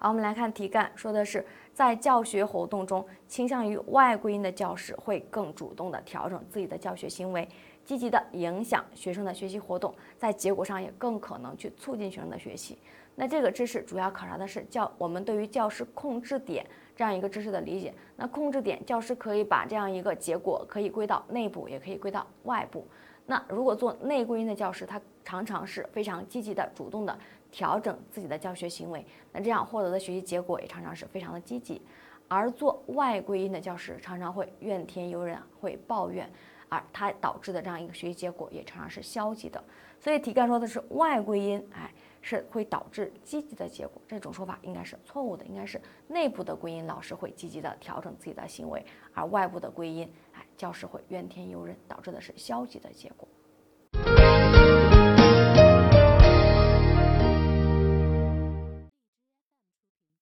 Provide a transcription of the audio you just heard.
好，我们来看题干，说的是在教学活动中，倾向于外归因的教师会更主动地调整自己的教学行为，积极地影响学生的学习活动，在结果上也更可能去促进学生的学习。那这个知识主要考察的是我们对于教师控制点这样一个知识的理解。那控制点，教师可以把这样一个结果可以归到内部，也可以归到外部。那如果做内归因的教师，他常常是非常积极的、主动的调整自己的教学行为，那这样获得的学习结果也常常是非常的积极。而做外归因的教师常常会怨天尤人，会抱怨，而它导致的这样一个学习结果也常常是消极的。所以题干说的是外归因，是会导致积极的结果，这种说法应该是错误的，应该是内部的归因，老师会积极的调整自己的行为，而外部的归因，教师会怨天尤人，导致的是消极的结果。